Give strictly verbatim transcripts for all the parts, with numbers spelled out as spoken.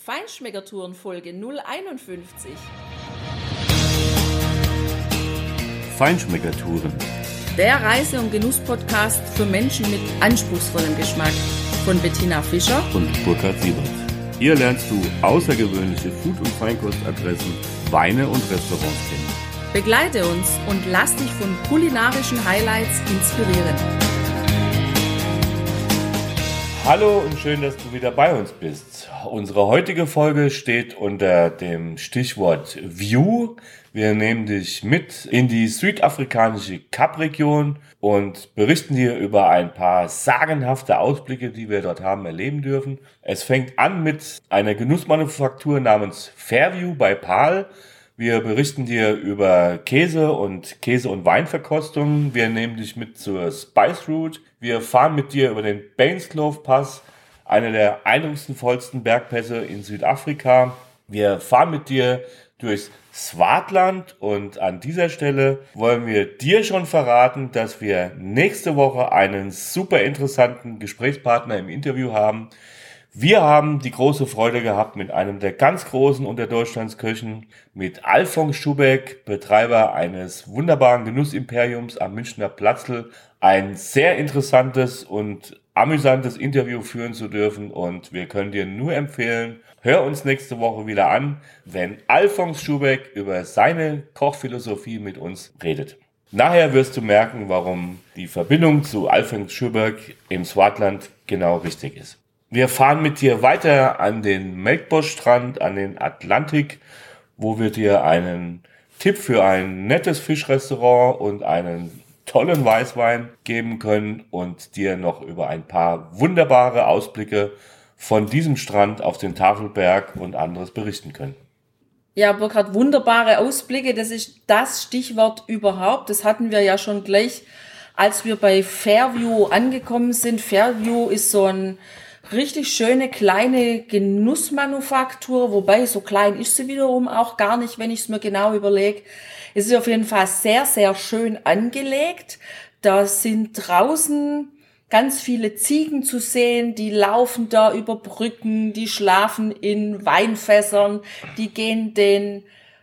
Feinschmeckertouren Folge null einundfünfzig. Feinschmeckertouren. Der Reise- und Genuss-Podcast für Menschen mit anspruchsvollem Geschmack von Bettina Fischer und Burkhard Siebert. Hier lernst du außergewöhnliche Food- und Feinkostadressen, Weine und Restaurants kennen. Begleite uns und lass dich von kulinarischen Highlights inspirieren. Hallo und schön, dass du wieder bei uns bist. Unsere heutige Folge steht unter dem Stichwort View. Wir nehmen dich mit in die südafrikanische Kapregion und berichten dir über ein paar sagenhafte Ausblicke, die wir dort haben erleben dürfen. Es fängt an mit einer Genussmanufaktur namens Fairview bei Paarl. Wir berichten dir über Käse und Käse- und Weinverkostungen. Wir nehmen dich mit zur Spice Route. Wir fahren mit dir über den Bainsclove Pass, einer der eindrucksvollsten Bergpässe in Südafrika. Wir fahren mit dir durchs Swartland und an dieser Stelle wollen wir dir schon verraten, dass wir nächste Woche einen super interessanten Gesprächspartner im Interview haben. Wir haben die große Freude gehabt, mit einem der ganz Großen unter Deutschlands Köchen, mit Alfons Schubeck, Betreiber eines wunderbaren Genussimperiums am Münchner Platzl, ein sehr interessantes und amüsantes Interview führen zu dürfen. Und wir können dir nur empfehlen, hör uns nächste Woche wieder an, wenn Alfons Schubeck über seine Kochphilosophie mit uns redet. Nachher wirst du merken, warum die Verbindung zu Alfons Schubeck im Swartland genau richtig ist. Wir fahren mit dir weiter an den Melkbos-Strand, an den Atlantik, wo wir dir einen Tipp für ein nettes Fischrestaurant und einen tollen Weißwein geben können und dir noch über ein paar wunderbare Ausblicke von diesem Strand auf den Tafelberg und anderes berichten können. Ja, Burkhard, wunderbare Ausblicke, das ist das Stichwort überhaupt. Das hatten wir ja schon gleich, als wir bei Fairview angekommen sind. Fairview ist so ein richtig schöne kleine Genussmanufaktur, wobei so klein ist sie wiederum auch gar nicht, wenn ich es mir genau überlege. Es ist auf jeden Fall sehr, sehr schön angelegt. Da sind draußen ganz viele Ziegen zu sehen, die laufen da über Brücken, die schlafen in Weinfässern, die gehen den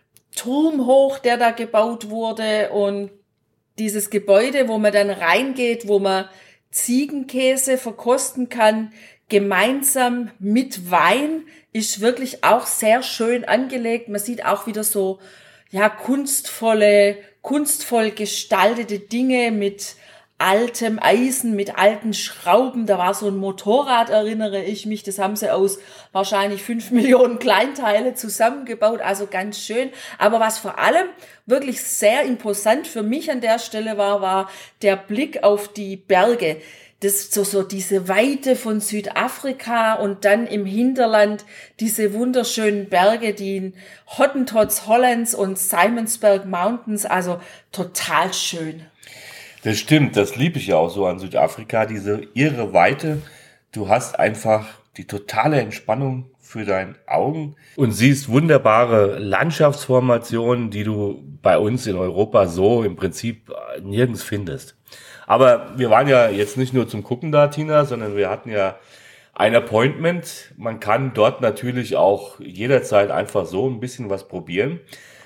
Turm hoch, der da gebaut wurde, und dieses Gebäude, wo man dann reingeht, wo man Ziegenkäse verkosten kann, gemeinsam mit Wein, ist wirklich auch sehr schön angelegt. Man sieht auch wieder so, ja, kunstvolle, kunstvoll gestaltete Dinge mit altem Eisen, mit alten Schrauben. Da war so ein Motorrad, erinnere ich mich. Das haben sie aus wahrscheinlich fünf Millionen Kleinteile zusammengebaut. Also ganz schön. Aber was vor allem wirklich sehr imposant für mich an der Stelle war, war der Blick auf die Berge. Das so, so diese Weite von Südafrika und dann im Hinterland diese wunderschönen Berge, die Hottentots Hollands und Simonsberg Mountains, also total schön. Das stimmt, das liebe ich ja auch so an Südafrika, diese irre Weite. Du hast einfach die totale Entspannung für deine Augen und siehst wunderbare Landschaftsformationen, die du bei uns in Europa so im Prinzip nirgends findest. Aber wir waren ja jetzt nicht nur zum Gucken da, Tina, sondern wir hatten ja ein Appointment. Man kann dort natürlich auch jederzeit einfach so ein bisschen was probieren.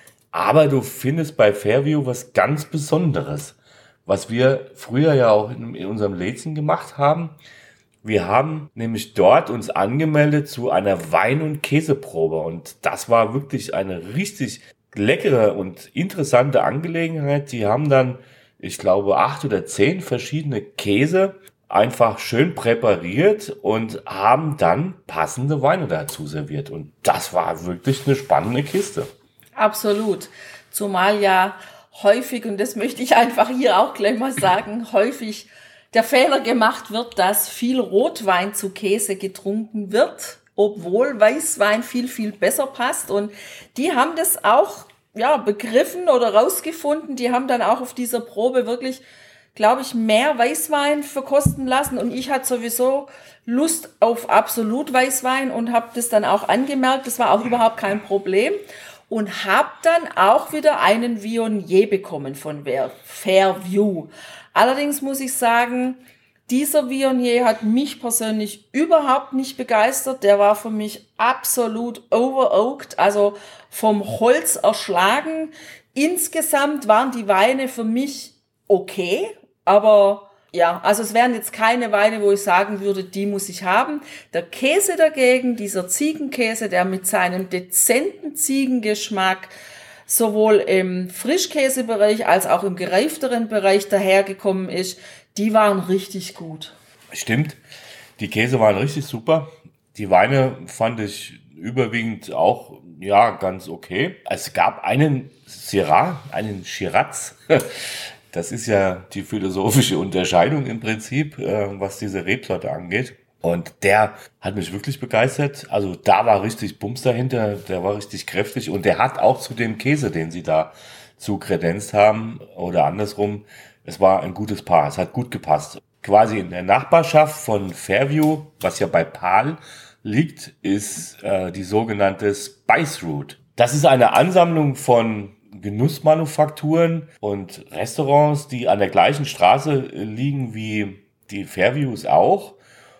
Aber du findest bei Fairview was ganz Besonderes, was wir früher ja auch in, in unserem Lädchen gemacht haben. Wir haben nämlich dort uns angemeldet zu einer Wein- und Käseprobe. Und das war wirklich eine richtig leckere und interessante Angelegenheit. Die haben dann, ich glaube, acht oder zehn verschiedene Käse einfach schön präpariert und haben dann passende Weine dazu serviert. Und das war wirklich eine spannende Kiste. Absolut. Zumal ja häufig, und das möchte ich einfach hier auch gleich mal sagen, häufig der Fehler gemacht wird, dass viel Rotwein zu Käse getrunken wird, obwohl Weißwein viel, viel besser passt. Und die haben das auch ja, begriffen oder rausgefunden. Die haben dann auch auf dieser Probe wirklich, glaube ich, mehr Weißwein verkosten lassen. Und ich hatte sowieso Lust auf Absolut Weißwein und habe das dann auch angemerkt. Das war auch überhaupt kein Problem. Und habe dann auch wieder einen Viognier bekommen von Fairview. Allerdings muss ich sagen, Dieser Viognier hat mich persönlich überhaupt nicht begeistert. Der war für mich absolut overoaked, also vom Holz erschlagen. Insgesamt waren die Weine für mich okay, aber ja, also es wären jetzt keine Weine, wo ich sagen würde, die muss ich haben. Der Käse dagegen, dieser Ziegenkäse, der mit seinem dezenten Ziegengeschmack sowohl im Frischkäsebereich als auch im gereifteren Bereich dahergekommen ist, die waren richtig gut. Stimmt, die Käse waren richtig super. Die Weine fand ich überwiegend auch, ja, ganz okay. Es gab einen Syrah, einen Shiraz. Das ist ja die philosophische Unterscheidung im Prinzip, was diese Rebsorte angeht. Und der hat mich wirklich begeistert. Also da war richtig Bums dahinter, der war richtig kräftig und der hat auch zu dem Käse, den sie da zukredenzt haben oder andersrum, es war ein gutes Paar, es hat gut gepasst. Quasi in der Nachbarschaft von Fairview, was ja bei Paarl liegt, ist äh, die sogenannte Spice Route. Das ist eine Ansammlung von Genussmanufakturen und Restaurants, die an der gleichen Straße liegen wie die Fairviews auch.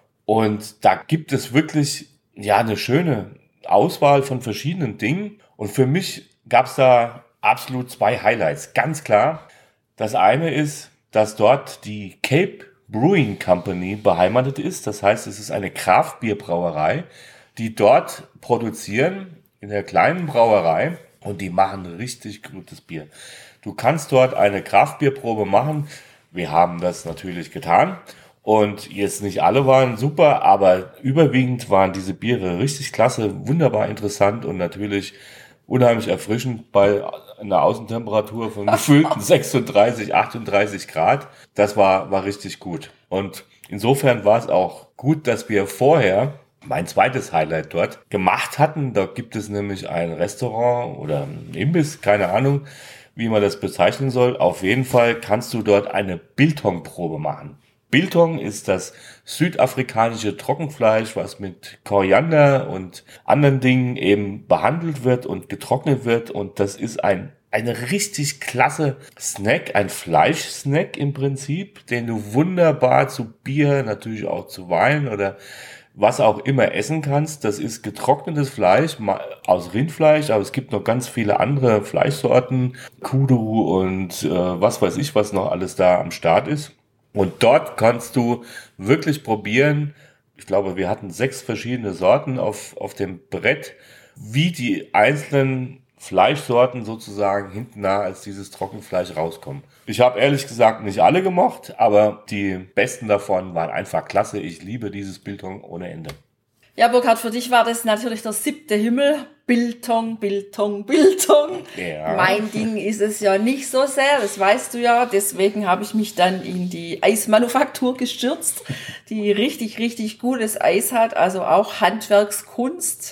Und da gibt es wirklich ja eine schöne Auswahl von verschiedenen Dingen. Und für mich gab es da absolut zwei Highlights, ganz klar. Das eine ist, dass dort die Cape Brewing Company beheimatet ist. Das heißt, es ist eine Craft-Bier-Brauerei, die dort produzieren in der kleinen Brauerei und die machen richtig gutes Bier. Du kannst dort eine Craft-Bier-Probe machen. Wir haben das natürlich getan und jetzt nicht alle waren super, aber überwiegend waren diese Biere richtig klasse, wunderbar interessant und natürlich unheimlich erfrischend bei einer Außentemperatur von gefühlten sechsunddreißig, achtunddreißig Grad. Das war, war richtig gut. Und insofern war es auch gut, dass wir vorher mein zweites Highlight dort gemacht hatten. Da gibt es nämlich ein Restaurant oder ein Imbiss, keine Ahnung, wie man das bezeichnen soll. Auf jeden Fall kannst du dort eine Biltong-Probe machen. Biltong ist das südafrikanische Trockenfleisch, was mit Koriander und anderen Dingen eben behandelt wird und getrocknet wird. Und das ist ein eine richtig klasse Snack, ein Fleischsnack im Prinzip, den du wunderbar zu Bier, natürlich auch zu Wein oder was auch immer essen kannst. Das ist getrocknetes Fleisch aus Rindfleisch, aber es gibt noch ganz viele andere Fleischsorten, Kudu und äh, was weiß ich, was noch alles da am Start ist. Und dort kannst du wirklich probieren, ich glaube, wir hatten sechs verschiedene Sorten auf, auf dem Brett, wie die einzelnen Fleischsorten sozusagen hinten nah als dieses Trockenfleisch rauskommen. Ich habe ehrlich gesagt nicht alle gemocht, aber die besten davon waren einfach klasse. Ich liebe dieses Biltong ohne Ende. Ja, Burkhard, für dich war das natürlich der siebte Himmel. Biltong, Biltong, Biltong. Ja. Mein Ding ist es ja nicht so sehr, das weißt du ja. Deswegen habe ich mich dann in die Eismanufaktur gestürzt, die richtig, richtig gutes Eis hat. Also auch Handwerkskunst,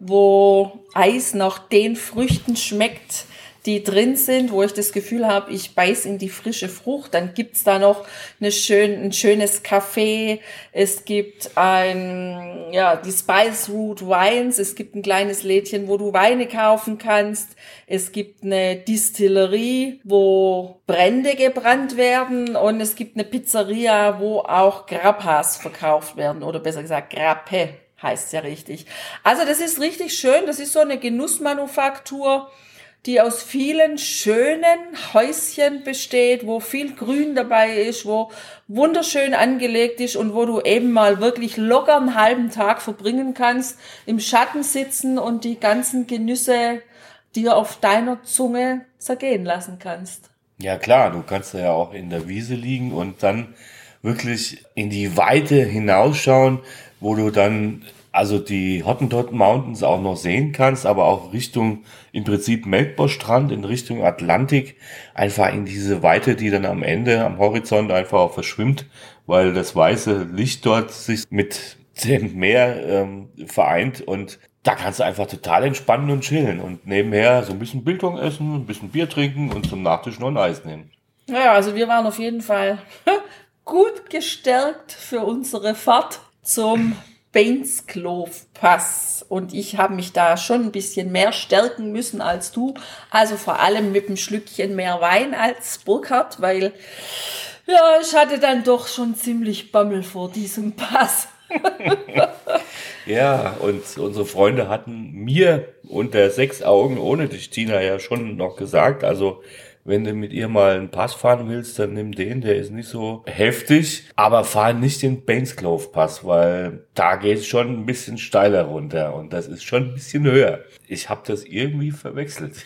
wo Eis nach den Früchten schmeckt, die drin sind, wo ich das Gefühl habe, ich beiß in die frische Frucht. Dann gibt's da noch eine schön, ein schönes Café. Es gibt ein, ja, die Spice Route Wines. Es gibt ein kleines Lädchen, wo du Weine kaufen kannst. Es gibt eine Distillerie, wo Brände gebrannt werden. Und es gibt eine Pizzeria, wo auch Grappas verkauft werden. Oder besser gesagt, Grappe heißt ja richtig. Also das ist richtig schön. Das ist so eine Genussmanufaktur, die aus vielen schönen Häuschen besteht, wo viel Grün dabei ist, wo wunderschön angelegt ist und wo du eben mal wirklich locker einen halben Tag verbringen kannst, im Schatten sitzen und die ganzen Genüsse dir auf deiner Zunge zergehen lassen kannst. Ja klar, du kannst ja auch in der Wiese liegen und dann wirklich in die Weite hinausschauen, wo du dann also die Hottentot Mountains auch noch sehen kannst, aber auch Richtung, im Prinzip Melkbosstrand, in Richtung Atlantik, einfach in diese Weite, die dann am Ende, am Horizont einfach auch verschwimmt, weil das weiße Licht dort sich mit dem Meer ähm, vereint und da kannst du einfach total entspannen und chillen und nebenher so ein bisschen Biltong essen, ein bisschen Bier trinken und zum Nachtisch noch ein Eis nehmen. Naja, also wir waren auf jeden Fall gut gestärkt für unsere Fahrt zum Bainsclove-Pass und ich habe mich da schon ein bisschen mehr stärken müssen als du, also vor allem mit einem Schlückchen mehr Wein als Burkhard, weil Ja, ich hatte dann doch schon ziemlich Bammel vor diesem Pass. Ja, und unsere Freunde hatten mir unter sechs Augen ohne dich, Tina, ja schon noch gesagt, also wenn du mit ihr mal einen Pass fahren willst, dann nimm den, der ist nicht so heftig, aber fahr nicht den Bainsclove-Pass, weil da geht es schon ein bisschen steiler runter und das ist schon ein bisschen höher. Ich habe das irgendwie verwechselt.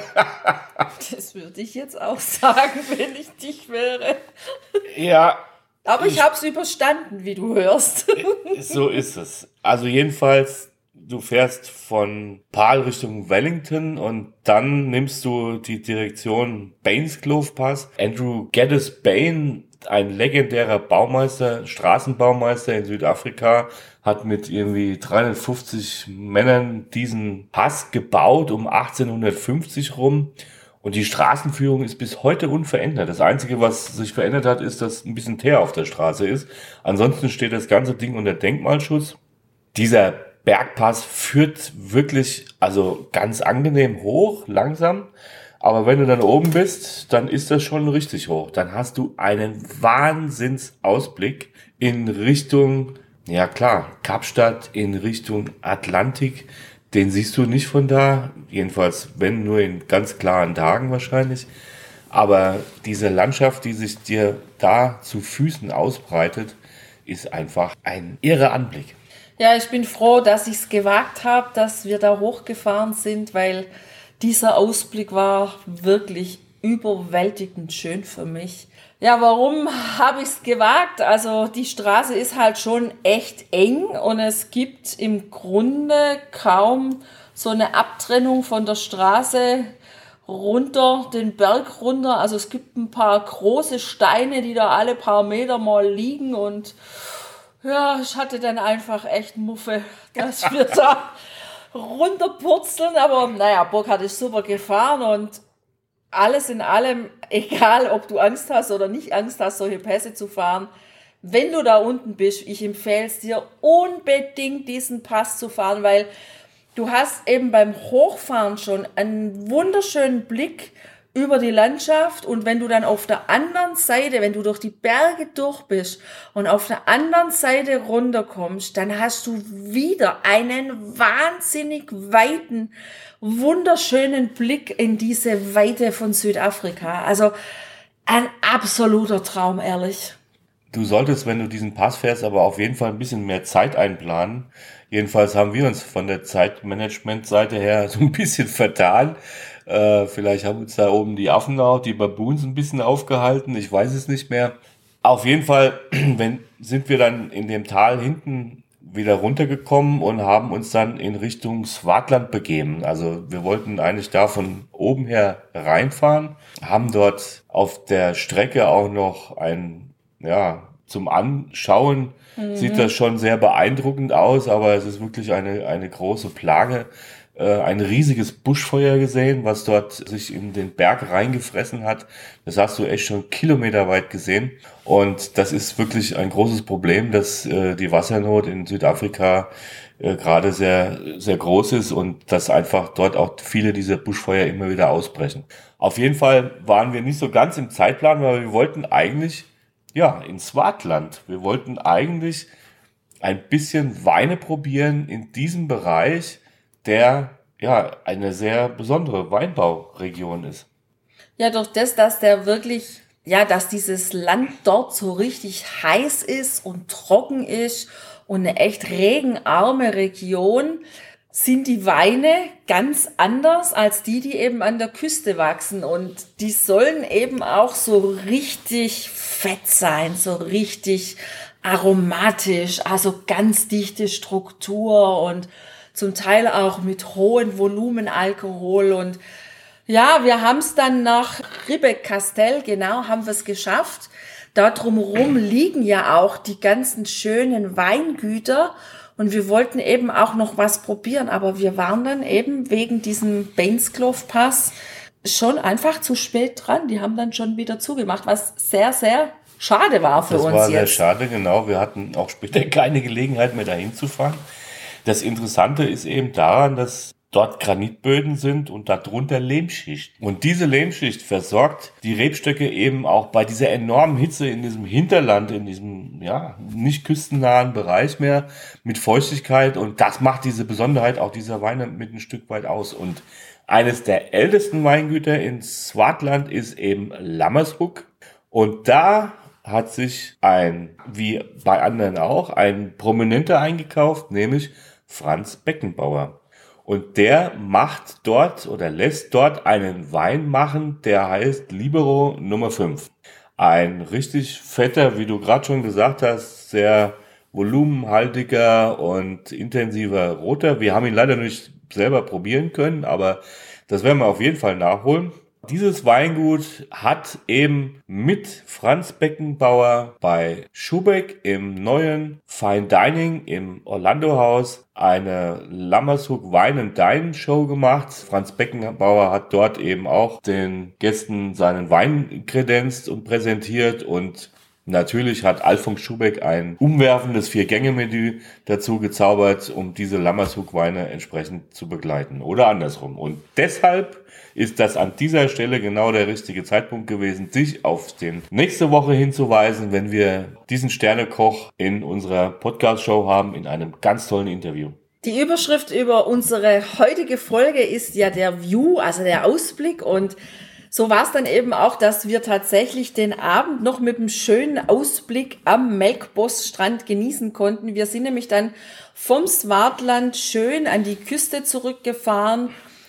Das würde ich jetzt auch sagen, wenn ich dich wäre. Ja. Aber ich, ich habe es überstanden, wie du hörst. So ist es. Also jedenfalls, du fährst von Paarl Richtung Wellington und dann nimmst du die Direktion Bainsclove Pass. Andrew Geddes Bain, ein legendärer Baumeister, Straßenbaumeister in Südafrika, hat mit irgendwie dreihundertfünfzig Männern diesen Pass gebaut um achtzehnhundertfünfzig rum. Und die Straßenführung ist bis heute unverändert. Das Einzige, was sich verändert hat, ist, dass ein bisschen Teer auf der Straße ist. Ansonsten steht das ganze Ding unter Denkmalschutz. Dieser Bergpass führt wirklich, also ganz angenehm hoch, langsam. Aber wenn du dann oben bist, dann ist das schon richtig hoch. Dann hast du einen Wahnsinnsausblick in Richtung, ja klar, Kapstadt, in Richtung Atlantik. Den siehst du nicht von da, jedenfalls wenn nur in ganz klaren Tagen wahrscheinlich. Aber diese Landschaft, die sich dir da zu Füßen ausbreitet, ist einfach ein irrer Anblick. Ja, ich bin froh, dass ich es gewagt habe, dass wir da hochgefahren sind, weil dieser Ausblick war wirklich überwältigend schön für mich. Ja, warum habe ich es gewagt? Also die Straße ist halt schon echt eng und es gibt im Grunde kaum so eine Abtrennung von der Straße runter, den Berg runter. Also es gibt ein paar große Steine, die da alle paar Meter mal liegen und ja, ich hatte dann einfach echt Muffe, dass wir da runterpurzeln. Aber naja, Burkhard ist super gefahren und alles in allem, egal ob du Angst hast oder nicht Angst hast, solche Pässe zu fahren, wenn du da unten bist, ich empfehle es dir unbedingt, diesen Pass zu fahren, weil du hast eben beim Hochfahren schon einen wunderschönen Blick über die Landschaft und wenn du dann auf der anderen Seite, wenn du durch die Berge durch bist und auf der anderen Seite runterkommst, dann hast du wieder einen wahnsinnig weiten, wunderschönen Blick in diese Weite von Südafrika. Also ein absoluter Traum, ehrlich. Du solltest, wenn du diesen Pass fährst, aber auf jeden Fall ein bisschen mehr Zeit einplanen. Jedenfalls haben wir uns von der Zeitmanagement-Seite her so ein bisschen vertan. Äh, vielleicht haben uns da oben die Affen auch, die Baboons ein bisschen aufgehalten. Ich weiß es nicht mehr. Auf jeden Fall wenn, sind wir dann in dem Tal hinten wieder runtergekommen und haben uns dann in Richtung Swartland begeben. Also wir wollten eigentlich da von oben her reinfahren, haben dort auf der Strecke auch noch ein, ja, zum Anschauen mhm. sieht das schon sehr beeindruckend aus, aber es ist wirklich eine, eine große Plage. Ein riesiges Buschfeuer gesehen, was dort sich in den Berg reingefressen hat. Das hast du echt schon kilometerweit gesehen. Und das ist wirklich ein großes Problem, dass äh, die Wassernot in Südafrika äh, gerade sehr, sehr groß ist und dass einfach dort auch viele dieser Buschfeuer immer wieder ausbrechen. Auf jeden Fall waren wir nicht so ganz im Zeitplan, weil wir wollten eigentlich, ja, ins Swartland. Wir wollten eigentlich ein bisschen Weine probieren in diesem Bereich, der ja eine sehr besondere Weinbauregion ist. Ja, durch das, dass der wirklich, ja, dass dieses Land dort so richtig heiß ist und trocken ist und eine echt regenarme Region, sind die Weine ganz anders als die, die eben an der Küste wachsen. Und die sollen eben auch so richtig fett sein, so richtig aromatisch, also ganz dichte Struktur und zum Teil auch mit hohem Volumenalkohol. Und ja, wir haben es dann nach Ribbeck-Castell, genau, haben wir es geschafft. Da drumherum liegen ja auch die ganzen schönen Weingüter. Und wir wollten eben auch noch was probieren. Aber wir waren dann eben wegen diesem Bainsclove-Pass schon einfach zu spät dran. Die haben dann schon wieder zugemacht, was sehr, sehr schade war für uns jetzt. Das war sehr schade, genau. Wir hatten auch später keine Gelegenheit mehr dahin zu fahren. Das Interessante ist eben daran, dass dort Granitböden sind und darunter Lehmschicht. Und diese Lehmschicht versorgt die Rebstöcke eben auch bei dieser enormen Hitze in diesem Hinterland, in diesem ja nicht küstennahen Bereich mehr mit Feuchtigkeit. Und das macht diese Besonderheit auch dieser Weine mit ein Stück weit aus. Und eines der ältesten Weingüter in Swartland ist eben Lammershus. Und da hat sich ein, wie bei anderen auch, ein Prominenter eingekauft, nämlich Franz Beckenbauer. Und der macht dort oder lässt dort einen Wein machen, der heißt Libero Nummer fünf. Ein richtig fetter, wie du gerade schon gesagt hast, sehr volumenhaltiger und intensiver Roter. Wir haben ihn leider nicht selber probieren können, aber das werden wir auf jeden Fall nachholen. Dieses Weingut hat eben mit Franz Beckenbauer bei Schubeck im neuen Fine Dining im Orlando Haus eine Lammershus Wine and Dine Show gemacht. Franz Beckenbauer hat dort eben auch den Gästen seinen Wein kredenzt und präsentiert, und natürlich hat Alfons Schubeck ein umwerfendes Vier-Gänge-Menü dazu gezaubert, um diese Lammershus-Weine entsprechend zu begleiten oder andersrum. Und deshalb ist das an dieser Stelle genau der richtige Zeitpunkt gewesen, sich auf den nächste Woche hinzuweisen, wenn wir diesen Sternekoch in unserer Podcast-Show haben, in einem ganz tollen Interview. Die Überschrift über unsere heutige Folge ist ja der View, also der Ausblick, und so war es dann eben auch, dass wir tatsächlich den Abend noch mit einem schönen Ausblick am Melkbos-Strand genießen konnten. Wir sind nämlich dann vom Swartland schön an die Küste zurückgefahren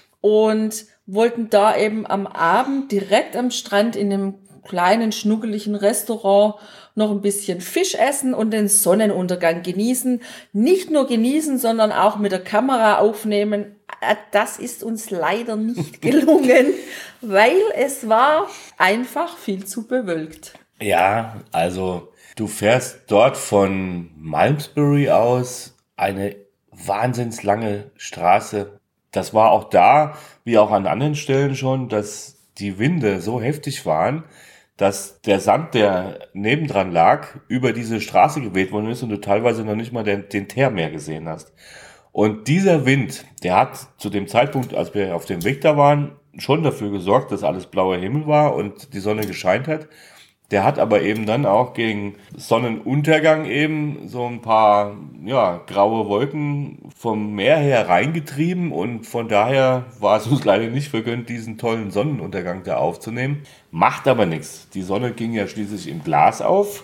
und wollten da eben am Abend direkt am Strand in einem kleinen, schnuckeligen Restaurant noch ein bisschen Fisch essen und den Sonnenuntergang genießen. Nicht nur genießen, sondern auch mit der Kamera aufnehmen. Das ist uns leider nicht gelungen, weil es war einfach viel zu bewölkt. Ja, also du fährst dort von Malmesbury aus eine wahnsinns lange Straße. Das war auch da, wie auch an anderen Stellen schon, dass die Winde so heftig waren, dass der Sand, der nebendran lag, über diese Straße geweht worden ist und du teilweise noch nicht mal den, den Teer mehr gesehen hast. Und dieser Wind, der hat zu dem Zeitpunkt, als wir auf dem Weg da waren, schon dafür gesorgt, dass alles blauer Himmel war und die Sonne gescheint hat. Der hat aber eben dann auch gegen Sonnenuntergang eben so ein paar ja, graue Wolken vom Meer her reingetrieben, und von daher war es uns leider nicht vergönnt, diesen tollen Sonnenuntergang da aufzunehmen. Macht aber nichts. Die Sonne ging ja schließlich im Glas auf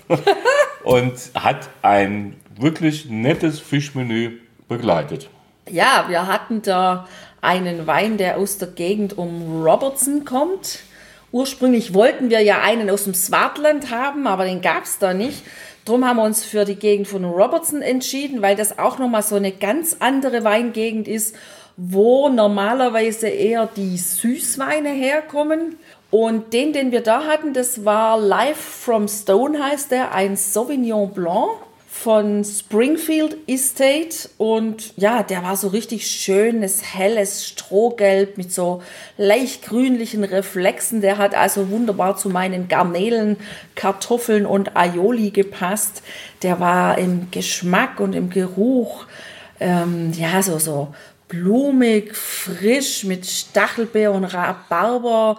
und hat ein wirklich nettes Fischmenü begleitet. Ja, wir hatten da einen Wein, der aus der Gegend um Robertson kommt. Ursprünglich wollten wir ja einen aus dem Swartland haben, aber den gab es da nicht. Drum haben wir uns für die Gegend von Robertson entschieden, weil das auch nochmal so eine ganz andere Weingegend ist, wo normalerweise eher die Süßweine herkommen. Und den, den wir da hatten, das war Live from Stone, heißt der, ein Sauvignon Blanc von Springfield Estate, und ja, der war so richtig schönes, helles Strohgelb mit so leicht grünlichen Reflexen. Der hat also wunderbar zu meinen Garnelen, Kartoffeln und Aioli gepasst. Der war im Geschmack und im Geruch, ähm, ja, so, so blumig, frisch mit Stachelbeer und Rhabarber,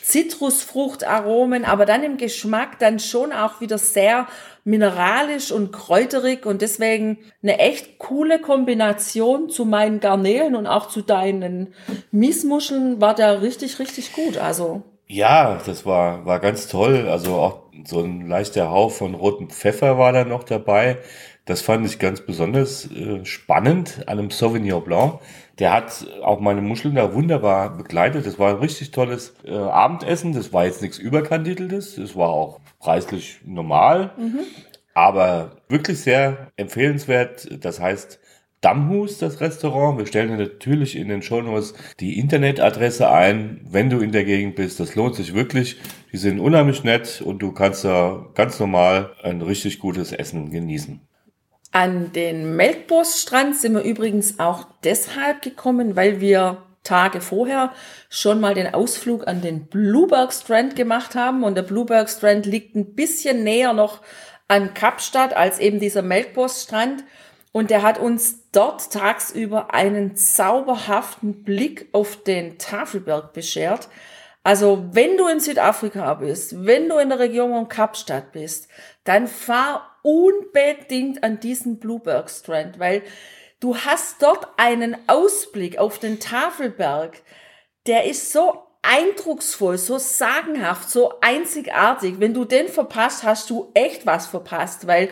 Zitrusfruchtaromen, aber dann im Geschmack dann schon auch wieder sehr mineralisch und kräuterig, und deswegen eine echt coole Kombination zu meinen Garnelen und auch zu deinen Miesmuscheln war der richtig, richtig gut. Also ja, das war, war ganz toll. Also auch so ein leichter Hauch von rotem Pfeffer war da noch dabei. Das fand ich ganz besonders äh, spannend an einem Sauvignon Blanc. Der hat auch meine Muscheln da wunderbar begleitet. Das war ein richtig tolles äh, Abendessen. Das war jetzt nichts Überkandideltes. Das war auch preislich normal, mhm. aber wirklich sehr empfehlenswert. Das heißt Damhus, das Restaurant. Wir stellen natürlich in den Shownotes die Internetadresse ein, wenn du in der Gegend bist. Das lohnt sich wirklich. Die sind unheimlich nett und du kannst da ganz normal ein richtig gutes Essen genießen. An den Melkbos-Strand sind wir übrigens auch deshalb gekommen, weil wir Tage vorher schon mal den Ausflug an den Blueberg Strand gemacht haben. Und der Blueberg Strand liegt ein bisschen näher noch an Kapstadt als eben dieser Melkbos-Strand. Und der hat uns dort tagsüber einen zauberhaften Blick auf den Tafelberg beschert. Also wenn du in Südafrika bist, wenn du in der Region um Kapstadt bist, dann fahr unbedingt an diesen Blueberg Strand, weil du hast dort einen Ausblick auf den Tafelberg, der ist so eindrucksvoll, so sagenhaft, so einzigartig. Wenn du den verpasst, hast du echt was verpasst, weil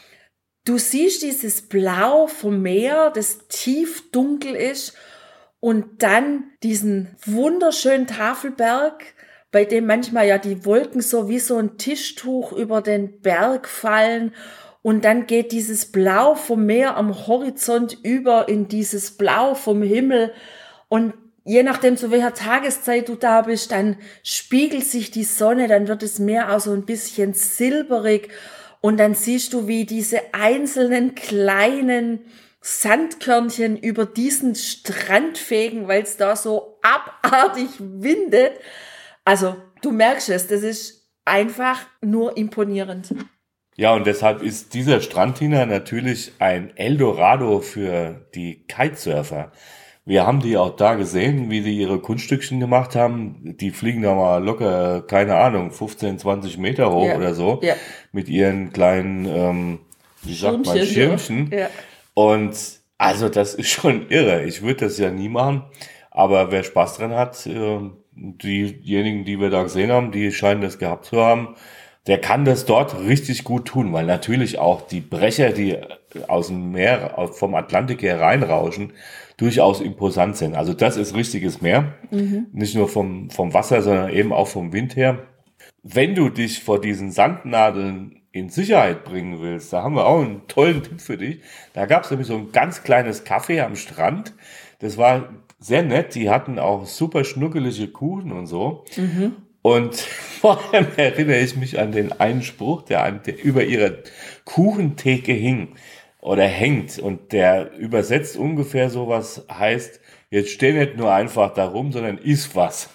du siehst dieses Blau vom Meer, das tief dunkel ist, und dann diesen wunderschönen Tafelberg, bei dem manchmal ja die Wolken so wie so ein Tischtuch über den Berg fallen, und dann geht dieses Blau vom Meer am Horizont über in dieses Blau vom Himmel, und je nachdem, zu welcher Tageszeit du da bist, dann spiegelt sich die Sonne, dann wird das Meer auch so ein bisschen silberig, und dann siehst du, wie diese einzelnen kleinen Sandkörnchen über diesen Strand fegen, weil es da so abartig windet. Also du merkst es, das ist einfach nur imponierend. Ja, und deshalb ist dieser Strand, Tina, natürlich ein Eldorado für die Kitesurfer. Wir haben die auch da gesehen, wie die ihre Kunststückchen gemacht haben. Die fliegen da mal locker, keine Ahnung, fünfzehn, zwanzig Meter hoch ja. oder so. Ja. Mit ihren kleinen, ähm, wie sagt man, Schirmchen. Ja. Und also das ist schon irre. Ich würde das ja nie machen. Aber wer Spaß dran hat, äh, diejenigen, die wir da gesehen haben, die scheinen das gehabt zu haben, der kann das dort richtig gut tun. Weil natürlich auch die Brecher, die aus dem Meer, vom Atlantik her reinrauschen, durchaus imposant sind. Also das ist richtiges Meer. Mhm. Nicht nur vom, vom Wasser, sondern eben auch vom Wind her. Wenn du dich vor diesen Sandnadeln in Sicherheit bringen willst, da haben wir auch einen tollen Tipp für dich. Da gab es nämlich so ein ganz kleines Café am Strand. Das war sehr nett. Die hatten auch super schnuckelige Kuchen und so. Mhm. Und vor allem erinnere ich mich an den einen Spruch, der, an, der über ihrer Kuchentheke hing oder hängt, und der übersetzt ungefähr sowas heißt: Jetzt steh nicht nur einfach da rum, sondern iss was.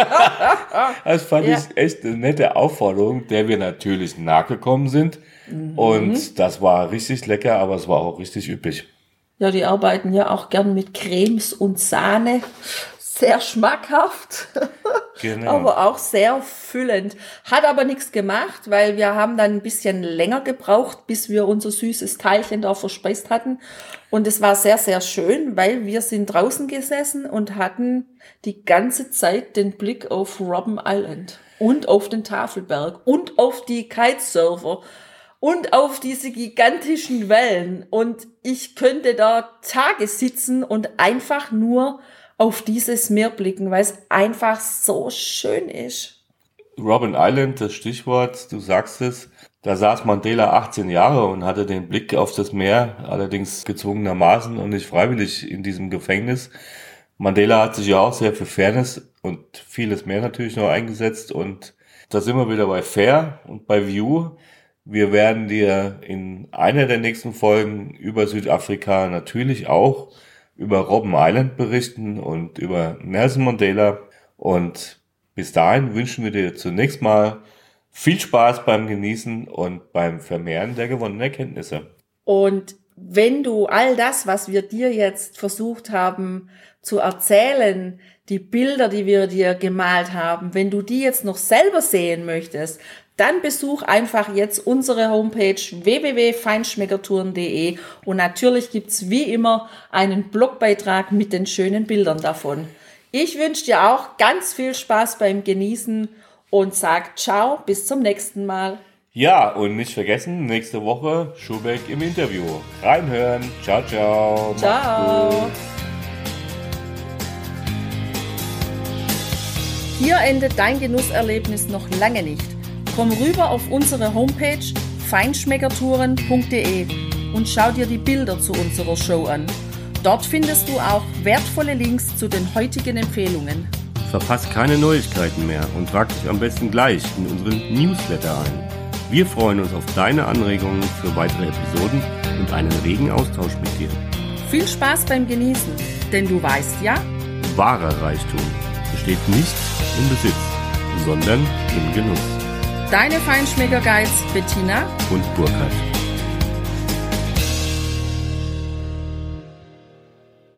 Das fand ja. ich echt eine nette Aufforderung, der wir natürlich nachgekommen sind. Mhm. Und das war richtig lecker, aber es war auch richtig üppig. Ja, die arbeiten ja auch gern mit Cremes und Sahne. Sehr schmackhaft, genau. Aber auch sehr füllend. Hat aber nichts gemacht, weil wir haben dann ein bisschen länger gebraucht, bis wir unser süßes Teilchen da verspeist hatten. Und es war sehr, sehr schön, weil wir sind draußen gesessen und hatten die ganze Zeit den Blick auf Robben Island und auf den Tafelberg und auf die Kitesurfer und auf diese gigantischen Wellen. Und ich könnte da Tage sitzen und einfach nur auf dieses Meer blicken, weil es einfach so schön ist. Robben Island, das Stichwort, du sagst es, da saß Mandela achtzehn Jahre und hatte den Blick auf das Meer, allerdings gezwungenermaßen und nicht freiwillig in diesem Gefängnis. Mandela hat sich ja auch sehr für Fairness und vieles mehr natürlich noch eingesetzt, und da sind wir wieder bei Fair und bei View. Wir werden dir in einer der nächsten Folgen über Südafrika natürlich auch über Robben Island berichten und über Nelson Mandela. Und bis dahin wünschen wir dir zunächst mal viel Spaß beim Genießen und beim Vermehren der gewonnenen Erkenntnisse. Und wenn du all das, was wir dir jetzt versucht haben zu erzählen, die Bilder, die wir dir gemalt haben, wenn du die jetzt noch selber sehen möchtest, dann besuch einfach jetzt unsere Homepage w w w punkt feinschmeckertouren punkt de, und natürlich gibt's wie immer einen Blogbeitrag mit den schönen Bildern davon. Ich wünsche dir auch ganz viel Spaß beim Genießen und sag ciao, bis zum nächsten Mal. Ja, und nicht vergessen, nächste Woche Schubeck im Interview. Reinhören. Ciao, ciao. Ciao. Hier endet dein Genusserlebnis noch lange nicht. Komm rüber auf unsere Homepage feinschmeckertouren punkt de und schau dir die Bilder zu unserer Show an. Dort findest du auch wertvolle Links zu den heutigen Empfehlungen. Verpass keine Neuigkeiten mehr und trag dich am besten gleich in unseren Newsletter ein. Wir freuen uns auf deine Anregungen für weitere Episoden und einen regen Austausch mit dir. Viel Spaß beim Genießen, denn du weißt ja, wahrer Reichtum besteht nicht im Besitz, sondern im Genuss. Deine Feinschmecker-Guides Bettina und Burkhard.